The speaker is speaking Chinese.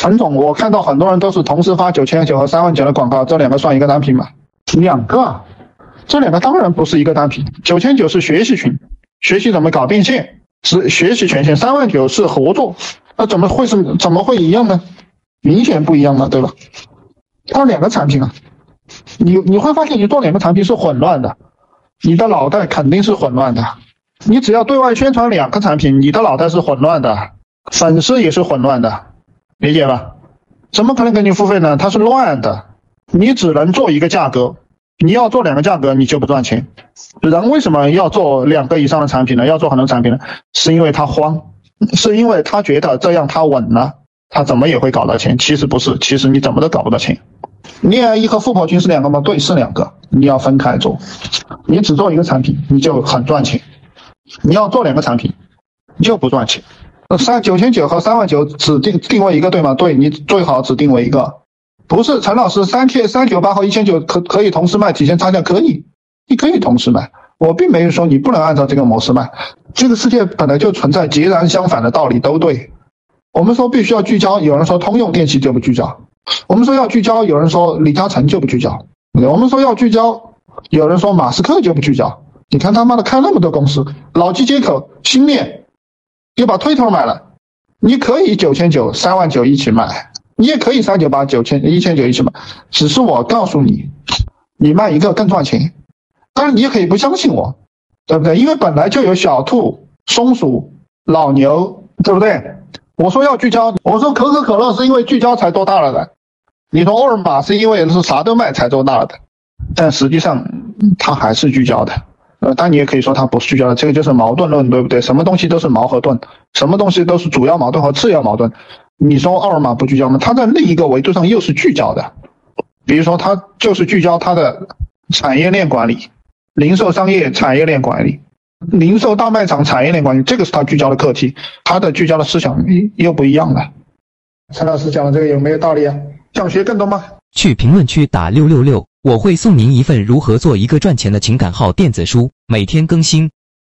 陈总，我看到很多人都是同时发9900和39000的广告，这两个算一个单品吗？两个啊，这两个当然不是一个单品。9900是学习群，学习怎么搞变现，是学习权限；39000是合作，那怎么会一样呢？明显不一样嘛，对吧？它是两个产品啊，你会发现你做两个产品是混乱的，你的脑袋肯定是混乱的。你只要对外宣传两个产品，你的脑袋是混乱的，粉丝也是混乱的，理解吧？怎么可能给你付费呢？它是乱的，你只能做一个价格，你要做两个价格你就不赚钱。人为什么要做2个以上的产品呢？要做很多产品呢？是因为他慌，是因为他觉得这样他稳了，他怎么也会搞到钱。其实不是，其实你怎么都搞不到钱。恋爱1和富婆群是2个吗？对，是2个，你要分开做。你只做一个产品你就很赚钱，你要做2个产品你就不赚钱。9900和39000只定位一个对吗？对，你最好只定位一个。不是陈老师398和1900可以同时卖，体现差价可以，你可以同时卖，我并没有说你不能按照这个模式卖。这个世界本来就存在截然相反的道理，都对。我们说必须要聚焦，有人说通用电气就不聚焦；我们说要聚焦，有人说李嘉诚就不聚焦；我们说要聚焦，有人说马斯克就不聚焦。你看他妈的开那么多公司，老机接口、星链又把推头买了，你可以9900、39000一起卖，你也可以398、1900一起卖，只是我告诉你，你卖一个更赚钱。当然你也可以不相信我，对不对？因为本来就有小兔、松鼠、老牛，对不对？我说要聚焦，我说可口可乐是因为聚焦才做大了的，你说沃尔玛是因为是啥都卖才做大了的，但实际上它还是聚焦的。但你也可以说它不是聚焦的，这个就是矛盾论，对不对？什么东西都是矛和盾，什么东西都是主要矛盾和次要矛盾。你说沃尔玛不聚焦吗？它在另一个维度上又是聚焦的，比如说它就是聚焦它的产业链管理，零售商业产业链管理，零售大卖场产业链管理，这个是它聚焦的课题，它的聚焦的思想又不一样了。陈老师讲的这个有没有道理啊？想学更多吗？ 去评论区打666，我会送您一份如何做一个赚钱的情感号电子书，每天更新。